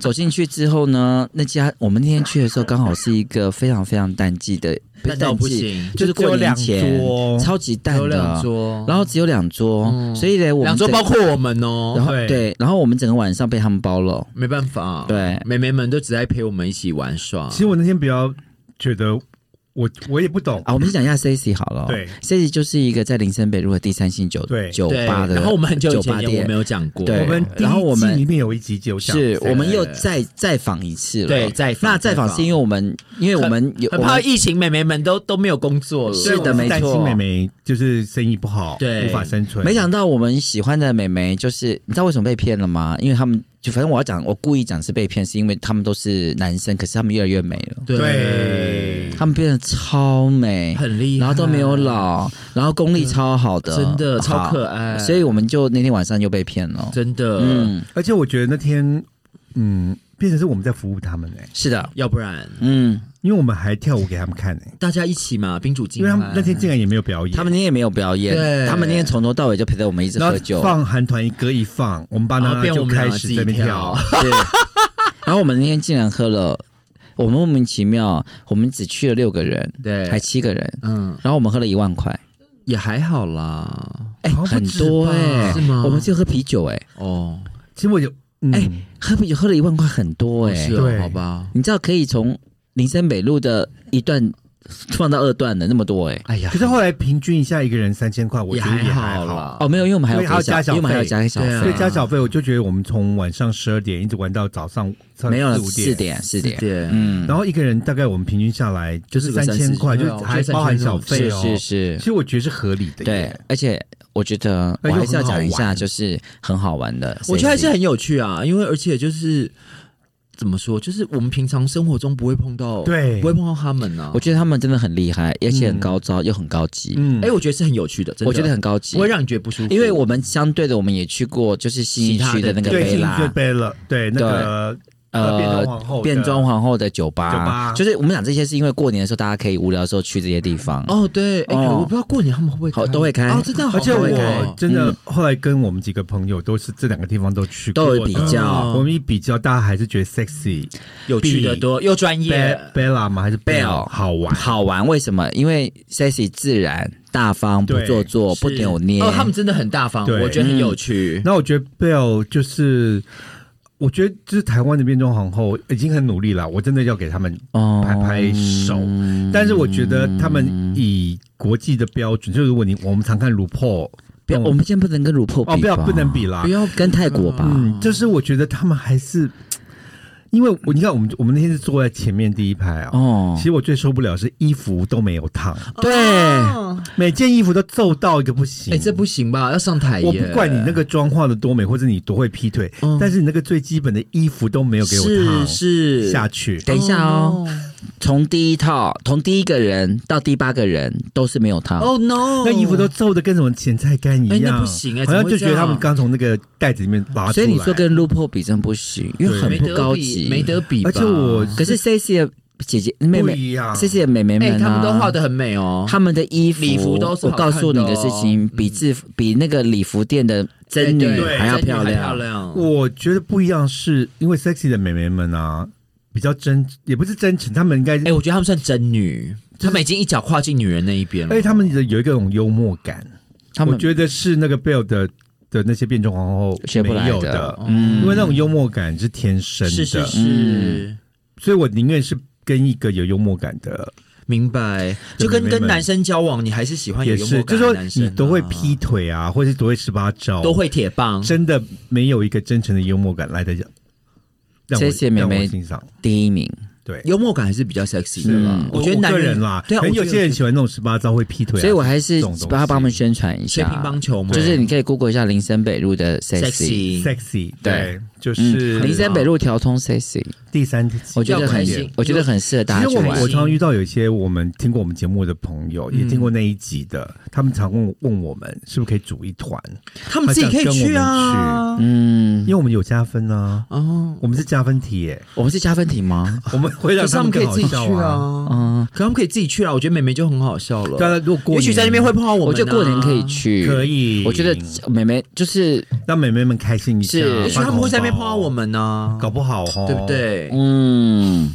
S3: 走进去之后呢，那家我们那天去的时候刚好是一个非常非常淡季的。
S2: 淡到不行，
S3: 就是过年前超级淡的，然后只有两桌，嗯、所以呢，我们
S2: 两桌包括我们哦，
S3: 然后对, 对，然后我们整个晚上被他们包了，
S2: 没办法，
S3: 对，
S2: 妹妹们都只在陪我们一起玩耍。
S1: 其实我那天比较觉得。我我也不懂
S3: 啊，我们先讲一下 Sassy 好了。
S1: 对
S3: ，Sassy 就是一个在林森北路的第三性酒酒吧的，
S2: 然后我们很久以前我没有讲过，
S3: 对，
S1: 我们
S3: 然后我们
S1: 里面有一集就讲，
S3: 是我们又再再访一次了，
S2: 对，再
S3: 那再访是因为我们因为我们有
S2: 很怕疫情，妹妹们都都没有工作了，
S3: 是的，没错，
S1: 担心妹妹就是生意不好，
S2: 对，
S1: 无法生存。
S3: 没想到我们喜欢的妹妹，就是你知道为什么被骗了吗？因为他们。就反正我要讲，我故意讲是被骗，是因为他们都是男生，可是他们越来越美了。
S1: 对，
S3: 他们变得超美，
S2: 很厉害，
S3: 然后都没有老，然后功力超好的，
S2: 真的超可爱。
S3: 所以我们就那天晚上又被骗了，
S2: 真的。
S3: 嗯，
S1: 而且我觉得那天，嗯，变成是我们在服务他们哎、欸。
S3: 是的，
S2: 要不然，
S3: 嗯。
S1: 因为我们还跳舞给他们看呢、欸，
S2: 大家一起嘛，宾主尽欢。
S1: 因为他们那天竟然也没有表演，
S3: 他们那天也没有表演，他们那天从头到尾就陪着我们一直喝酒，
S1: 放韩团一歌一放，我们巴拿就开始在那边跳，
S3: 对。然后我们那天竟然喝了，我们莫名其妙，我们只去了六个人，
S2: 对，
S3: 还七个人，
S2: 嗯，
S3: 然后我们喝了一万块，
S2: 也还好啦，
S3: 哎、欸，很多哎、欸，
S2: 是吗？
S3: 我们就喝啤酒哎、欸，
S2: 哦，
S1: 其实我有，哎、
S3: 嗯欸，喝啤酒喝了一万块很多哎、欸，
S2: 是哦，好吧，
S3: 你知道可以从林森北路的一段放到二段的那么多哎、欸，
S2: 哎呀，
S1: 可是后来平均一下一个人三千块，我觉得也还好
S2: 了。
S3: 哦，没有，因为我们还要
S1: 加小费，
S3: 因为我们还要加小费，
S1: 所以加小费，我就觉得我们从晚上十二点一直玩到早上
S3: 没有了
S1: 四
S3: 点四点，
S2: 点，
S3: 嗯，
S1: 然后一个人大概我们平均下来就是三千块，就还包含小费哦，
S3: 是是是，
S1: 其实我觉得是合理的，
S3: 对，而且我觉得我还是要讲一下，就是很好玩的，
S2: 我觉得还是很有趣啊，因为而且就是。怎么说？就是我们平常生活中不会碰到，
S1: 对，
S2: 不会碰到他们啊。
S3: 我觉得他们真的很厉害，而且很高招，嗯、又很高级。
S2: 嗯，哎、欸，我觉得是很有趣的，真的
S3: 我觉得很高级，
S2: 不会让你觉得不舒服。
S3: 因为我们相对的，我们也去过，就是信义区的那个贝拉，
S1: 对，贝拉，对，那个。呃，
S3: 变装皇后的酒吧，
S1: 酒吧
S3: 就是我们讲这些，是因为过年的时候大家可以无聊的时候去这些地方。
S2: 哦，对，哎、欸哦，我不知道过年他们会不会
S3: 好都会开，
S2: 哦，真的好，
S1: 而且我真的后来跟我们几个朋友都是这两个地方都去过，
S3: 都有比较，
S1: 我们一比较，大家还是觉得 sexy
S2: 有趣的多，又专业。
S1: Bella 吗？还是 Bell 好玩？
S3: 好玩？为什么？因为 sexy 自然。大方不做作不扭捏
S2: 哦，他们真的很大方，我觉得很有趣。
S1: 那、嗯、我觉得 Bell 就是。我觉得就是台湾的变装皇后已经很努力了，我真的要给他们拍拍手。哦、但是我觉得他们以国际的标准，就是如果你我们常看RuPaul，
S3: 不要，我们现在不能跟RuPaul比，
S1: 哦，不要不能比啦，
S3: 不要跟泰国吧。
S1: 嗯，就是我觉得他们还是。因为我你看我们我们那天是坐在前面第一排啊，哦，其实我最受不了是衣服都没有烫，
S3: 对，
S2: 哦、
S1: 每件衣服都皱到一个不行，
S2: 哎、欸，这不行吧？要上台耶！
S1: 我不管你那个妆化的多美，或者你多会劈腿，嗯、但是你那个最基本的衣服都没有给我烫，
S2: 是
S1: 下去。
S3: 等一下哦，从、哦、第一套，从第一个人到第八个人都是没有烫。
S2: 哦、oh, no，
S1: 那衣服都皱的跟什么咸菜干一样，
S2: 欸、那不行哎、欸，
S1: 好像就觉得他们刚从那个袋子里面拔出来。
S3: 所以你说跟RuPaul比真不行，因为很不高级。
S2: 没得比，
S1: 而且我
S3: 可是 Sassy 的姐姐妹妹，Sassy 的妹妹们、啊，
S2: 欸、他们都画得很美哦。
S3: 他们的衣服、
S2: 礼服都是、哦、
S3: 我告诉你的事情，比制服、嗯、比那个礼服店的真女还要漂亮。
S2: 漂亮
S1: 我觉得不一样，是因为 Sexy 的妹妹们啊，比较真，也不是真诚，他们应该，哎、
S2: 欸，我觉得他们算真女，他们已经一脚跨进女人那一边了。
S1: 而且他们有一个种幽默感，
S3: 他们
S1: 我觉得是那个 Belle 的。的那些变装皇后没有的，嗯，因为那种幽默感是天生的，
S2: 是是是，嗯、
S1: 所以我宁愿是跟一个有幽默感的，
S2: 明白？就跟跟男生交往，你还是喜欢有幽默感的男生、啊，
S1: 就是说你都会劈腿啊，或者是都会十八招，
S2: 都会铁棒，
S1: 真的没有一个真诚的幽默感来的让我
S3: 谢谢妹妹
S1: 欣赏
S3: 第一名。
S1: 对，
S2: 幽默感还是比较 sexy 的啦。
S1: 嗯、
S2: 我觉得男
S1: 人啦，对，可能有些人喜欢那种十八招会劈腿、啊，
S3: 所以我还是帮他帮他们宣传一下。
S2: 乒乓球嘛，
S3: 就是你可以 Google 一下林森北路的
S2: sexy
S1: sexy，
S3: 对，
S1: 就是
S3: 林森北路调通 sexy。
S1: 第三集，
S3: 我觉得很，我觉得很适合大家去玩。
S1: 我我常常遇到有一些我们听过我们节目的朋友，也听过那一集的，他们常问问我们是不是可以组一团，
S2: 他们自己可以去啊，
S3: 嗯，
S1: 因为我们有加分啊，哦，我们是加分题耶，
S3: 我们是加分题吗？
S1: 我们会让他们更好笑
S2: 啊，嗯，可他们可以自己去啊，我觉得妹妹就很好笑了。
S1: 对啊，如果过年，
S2: 也许在那边会碰到我们，
S3: 我觉得过年可以去，
S1: 可以。
S3: 我觉得妹妹就是
S1: 让妹妹们开心一下，
S2: 是，也许他们会在那碰到我们呢，
S1: 搞不好哦，
S2: 对不对？
S3: 嗯，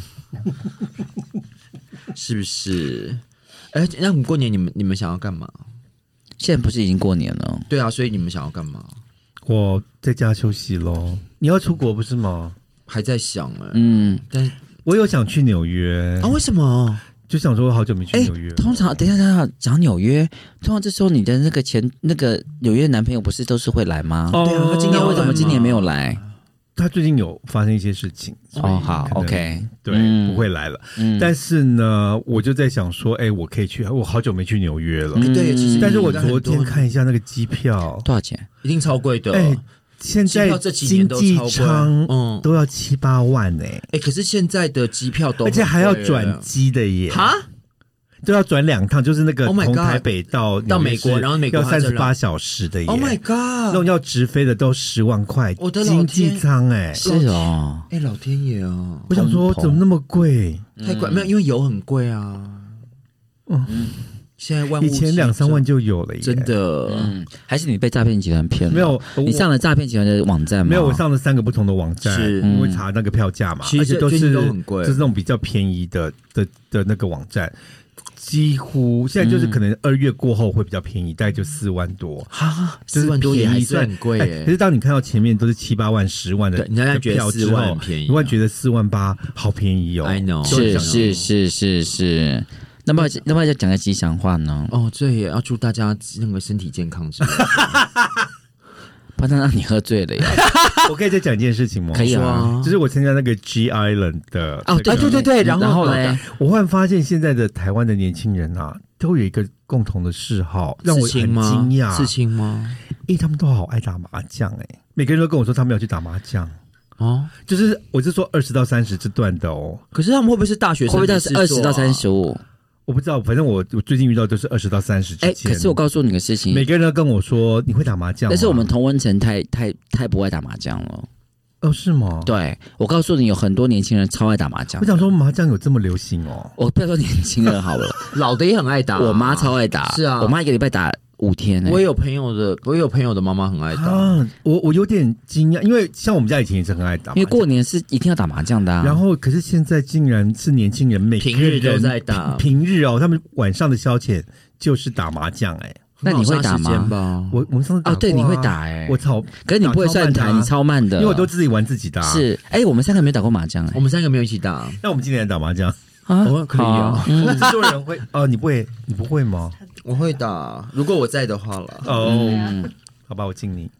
S2: 是不是？哎，那你过年你们你们想要干嘛？
S3: 现在不是已经过年了？
S2: 对啊，所以你们想要干嘛？
S1: 我在家休息咯。你要出国不是吗？
S2: 还在想哎、欸，
S3: 嗯，
S2: 但
S1: 我有想去纽约
S2: 啊，为什么？
S1: 就想说好久没去纽约、
S3: 欸。通常等一下，等一下讲纽约，通常这时候你的那个前那个纽约男朋友不是都是会来吗？
S1: 哦、
S2: 对啊，他今年
S3: 为什么今年没有来？
S1: 他最近有发生一些事情
S3: 哦，好 ，OK，
S1: 对、
S3: 嗯，
S1: 不会来了、
S3: 嗯。
S1: 但是呢，我就在想说，哎、欸，我可以去，我好久没去纽约了。
S2: 嗯、对，其实
S1: 但是我昨天看一下那个机票，
S3: 多少钱？
S2: 一定超贵的。
S1: 哎、欸，现在经济舱嗯都要七八万呢、欸。
S2: 哎、欸，可是现在的机票都，
S1: 而且还要转机的耶。
S2: 哈。
S1: 都要转两趟，就是那个从台北到
S2: 到美国，然后美国
S1: 要三十八小时的耶。
S2: Oh my god！
S1: 那种要直飞的都十万块，
S2: 我的
S1: 经济舱哎，
S3: 是哦，
S2: 哎、欸，老天爷哦！
S1: 我想说怎么那么贵？
S2: 太贵、嗯，没有，因为油很贵啊。嗯，现在万物
S1: 以前两三万就有了耶，
S2: 真的。
S3: 嗯，还是你被诈骗集团骗了？
S1: 没有，
S3: 你上了诈骗集团的网站吗？
S1: 没有，我上了三个不同的网站，
S2: 是
S1: 因为查那个票价嘛，而且都是
S2: 都很贵，
S1: 就是那种比较便宜的的的那个网站。几乎现在就是可能二月过后会比较便宜，大概就四万多，
S2: 哈，
S1: 四
S2: 万多也还是很贵、欸。
S1: 可是当你看到前面都是七八万、十万的票之后，你会觉得四万八好便宜哦。
S2: I know，
S3: 是是是是是。那么那么要讲个吉祥话呢？
S2: 哦，对耶，要祝大家那个身体健康之类的。
S3: 不然让你喝醉了呀！
S1: 我可以再讲一件事情吗？
S3: 可以啊，
S1: 就是我参加那个 G Island 的
S3: 哦，对对对对，然后呢，
S1: 我忽然发现现在的台湾的年轻人啊，都有一个共同的嗜好，让我很惊讶。
S2: 刺青吗？
S1: 因为他们都好爱打麻将哎、欸，每个人都跟我说他们要去打麻将
S2: 哦，
S1: 就是我是说二十到三十这段的哦。
S2: 可是他们会不会是大学生？
S3: 会不会是二十到三十五？
S1: 我不知道，反正我我最近遇到都是二十到三十之间。哎、
S3: 欸，可是我告诉你个事情，
S1: 每个人都跟我说你会打麻将，
S3: 但是我们同温层太太太不爱打麻将了。
S1: 哦，是吗？
S3: 对，我告诉你，有很多年轻人超爱打麻将。
S1: 我想说麻将有这么流行哦？
S3: 我不要说年轻人好了，
S2: 老的也很爱打、啊。
S3: 我妈超爱打，
S2: 是啊，
S3: 我妈一个礼拜打五天、欸。
S2: 我也有朋友的，我也有朋友的妈妈很爱打。
S1: 啊、我我有点惊讶，因为像我们家以前也是很爱打麻将，
S3: 因为过年是一定要打麻将的、啊。
S1: 然后，可是现在竟然是年轻人每
S2: 平日都在打，
S1: 平日哦，他们晚上的消遣就是打麻将、欸，哎。
S3: 那你会打吗？
S1: 我我们上次打、啊、
S3: 哦，对，你会打哎、欸，
S1: 我操！
S3: 可是你不会算台，你超慢的，
S1: 因为我都自己玩自己的、啊。
S3: 是，哎、欸，我们三个没有打过麻将、欸，
S2: 我们三个没有一起打。
S1: 那我们今年打麻将
S3: 啊？
S2: 哦，可以啊。
S1: 制作人会哦，你不会，你不会吗？
S2: 我会打，如果我在的话了。
S1: 哦，嗯、好吧，我敬你。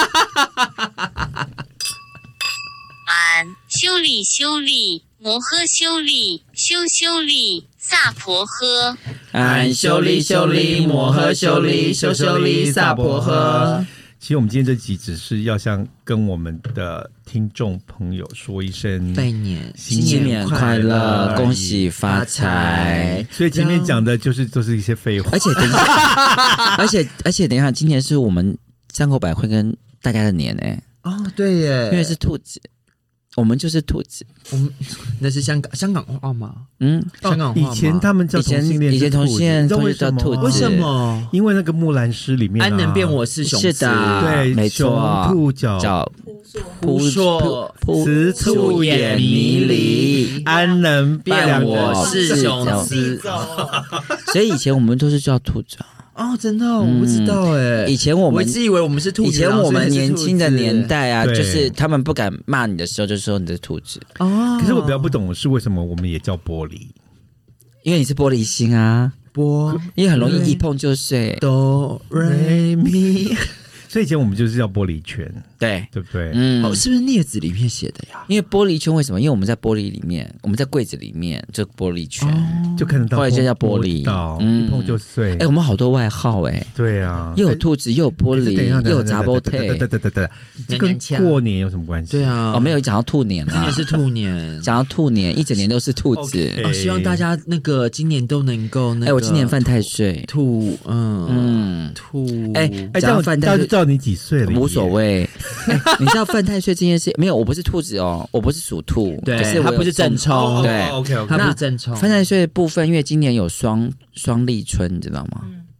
S4: 俺修理修理摩诃修理修修理萨婆诃。
S3: 俺修理修理摩诃修理修修理萨婆诃。
S1: 其实我们今天这集只是要向跟我们的听众朋友说一声
S2: 拜年，
S3: 新年快乐，恭喜发财。
S1: 所以前面讲的就是都是一些废话，
S3: 而且等一下，而且而且等一下，今年是我们山口百惠跟大家的年哎、欸。
S2: 哦，对耶，
S3: 因为是兔子。我们就是兔子，
S2: 我们那是香港香港话吗？
S3: 嗯，
S2: 香港话吗、
S1: 哦、以前他们叫同性恋，
S3: 以前同性恋
S1: 都会叫兔子，
S2: 为什么？
S1: 因为那个木兰诗里面、啊，
S2: 安能辨我是雄
S3: 是的，
S1: 对，
S3: 没错，
S1: 兔角
S3: 叫
S2: 扑朔
S1: 雌兔眼迷离，安能辨我是雄雌。
S3: 所以以前我们都是叫兔子。
S2: 哦，真的、哦，我不知道哎、
S3: 嗯。以前我们
S2: 我一直以为我们是兔子，
S3: 以前我们年轻的年代啊，
S1: 是
S3: 就是他们不敢骂你的时候，就说你是兔子。
S2: 哦，
S1: 可是我比较不懂的是为什么我们也叫玻璃？
S3: 因为你是玻璃心啊，
S2: 玻，
S3: 因为很容易一碰就碎。
S2: 哆瑞咪。
S1: 所以以前我们就是叫玻璃圈，
S3: 对
S1: 对不对？
S3: 嗯，
S2: 哦，是不是镊子里面写的呀？
S3: 因为玻璃圈为什么？因为我们在玻璃里面，我们在柜子里面，就玻璃圈、
S1: 哦、就看得到，
S3: 后来就叫玻璃，
S1: 嗯，一碰就碎。
S3: 哎、欸，我们好多外号哎、欸，
S1: 对啊，
S3: 又有兔子，又有玻璃，
S1: 又
S3: 有杂波腿，
S1: 对对对对对，这跟过年有什么关系？
S2: 对啊，
S3: 哦，没有讲到兔年啊，
S2: 今年是兔年，
S3: 讲到兔年，一整年都是兔子。
S1: Okay
S2: 哦，希望大家那个今年都能够那个。哎、
S3: 欸，我今年犯太岁，
S2: 兔，嗯嗯，兔，
S3: 哎哎，这样犯太岁，
S1: 知道你几岁了？
S3: 无所谓，欸、你知道犯太岁这件事没有？我不是兔子哦，我不是属兔，
S2: 对，
S3: 可是
S2: 他不是正冲，
S3: 对
S1: ，OK OK，
S2: 他不是正冲。
S3: 犯太岁的部分，因为今年有双双立春，你知道吗？
S2: 嗯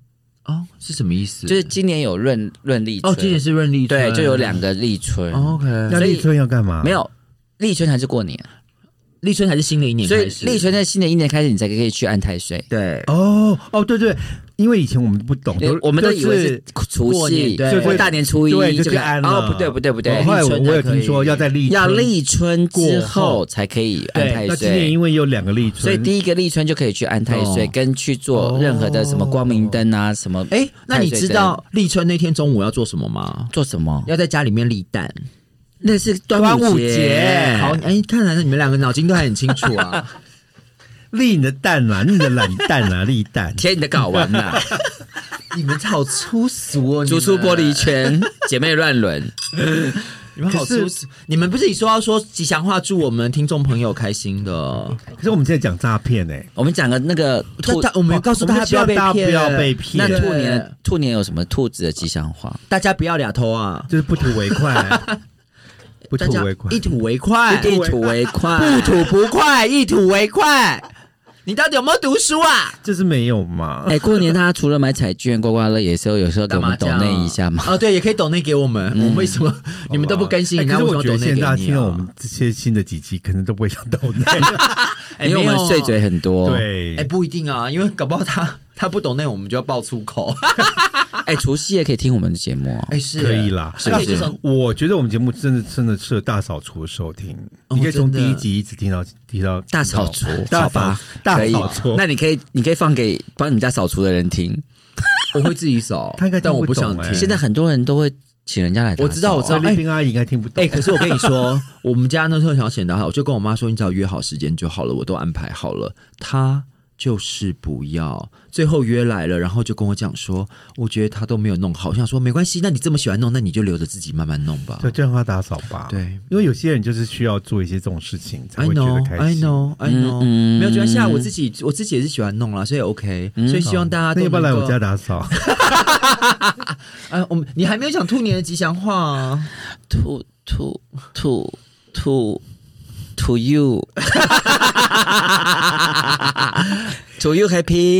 S2: 哦，是什么意思？
S3: 就是今年有闰闰立春。
S2: 哦，今年是闰立春，
S3: 对，就有两个立春。
S2: 哦、OK，
S1: 那立春要干嘛？
S3: 没有，立春还是过年。
S2: 立春还是新的一年开始，
S3: 所以立春在新的一年开始，你才可以去安太岁。
S2: 对，
S1: 哦哦，对对，因为以前我们不懂，
S3: 我们都以为是除夕，
S2: 对，
S3: 或大年初一
S1: 对
S3: 就安了。哦，不对不对不对，
S1: 后来我有听说要在立
S3: 要立春之后才可以安太岁。
S1: 那今年因为有两个立春，
S3: 所以第一个立春就可以去安太岁，跟去做任何的什么光明灯啊什么。
S2: 哎，那你知道立春那天中午要做什么吗？
S3: 做什么？
S2: 要在家里面立蛋。
S3: 那是端午节，
S2: 好，哎，看来你们两个脑筋都还很清楚啊！
S1: 立你的蛋啊，立你的懒蛋啊，立蛋，
S3: 贴你的睾丸啊！
S2: 你们好粗俗哦！
S3: 逐出玻璃圈，姐妹乱伦，
S2: 你们好粗俗！你们不是说要说吉祥话，祝我们听众朋友开心的？
S1: 可是我们现在讲诈骗哎，
S3: 我们讲个那个兔，
S2: 我们告诉大家不要被骗，
S1: 不要被骗。
S3: 那兔年，兔年有什么兔子的吉祥话？
S2: 大家不要俩偷啊，
S1: 就是不图为快。不吐为快，
S2: 一吐为快，
S3: 一吐为快，
S2: 不吐不快，一吐为快。你到底有没有读书啊？
S1: 就是没有嘛。
S3: 哎、欸，过年他除了买彩券、刮刮乐，也是有时候给我们抖内一下嘛。
S2: 哦，对，也可以抖内给我们。嗯、我为什么你们都不更新？
S1: 欸、可是我觉得现在大家听到我
S2: 们
S1: 们这些新的几集，可能都不会想抖内，
S3: 欸、因为我们碎嘴很多。
S1: 对，
S2: 哎、欸，不一定啊，因为搞不好他他不抖内，我们就要爆粗口。
S3: 哎、欸，除夕也可以听我们的节目、哦，
S2: 哎、欸，是
S1: 可以啦，
S3: 是不是？
S1: 我觉得我们节目真的真的适合大扫除的时候听，哦、你可以从第一集一直听到听到
S3: 大扫除，
S1: 大扫大扫除。
S3: 那你可以你可以放给帮你们家扫除的人听，
S2: 我会自己扫，
S1: 他应该
S2: 但我不想听。
S3: 现在很多人都会请人家来，
S2: 我知道，我知道，
S1: 丽萍阿姨应该听不懂。
S2: 哎、欸，可是我跟你说，我们家那时候想显得好，我就跟我妈说，你只要约好时间就好了，我都安排好了。她就是不要，最后约来了，然后就跟我讲说，我觉得他都没有弄好。我想说没关系，那你这么喜欢弄，那你就留着自己慢慢弄吧，
S1: 就就让他打扫吧。
S2: 对，
S1: 因为有些人就是需要做一些这种事情才会觉得开心。
S2: I know, I know, I know、嗯、没有关系啊，我自己我自己也是喜欢弄啦，所以 OK、嗯、所以希望大家都能够。
S1: 那要不要来我家打扫？
S2: 啊，我们你还没有讲兔年的吉祥话啊？
S3: 兔兔兔兔。To you, to you happy 。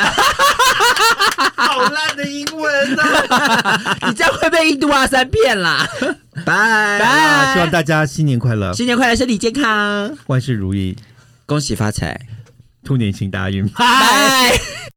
S2: 好烂的英文啊！你这样会被印度阿三骗啦！拜拜！
S1: 希望大家新年快乐，
S2: 新年快乐，身体健康，
S1: 万事如意，
S3: 恭喜发财，
S1: 兔年行大运，
S2: 拜。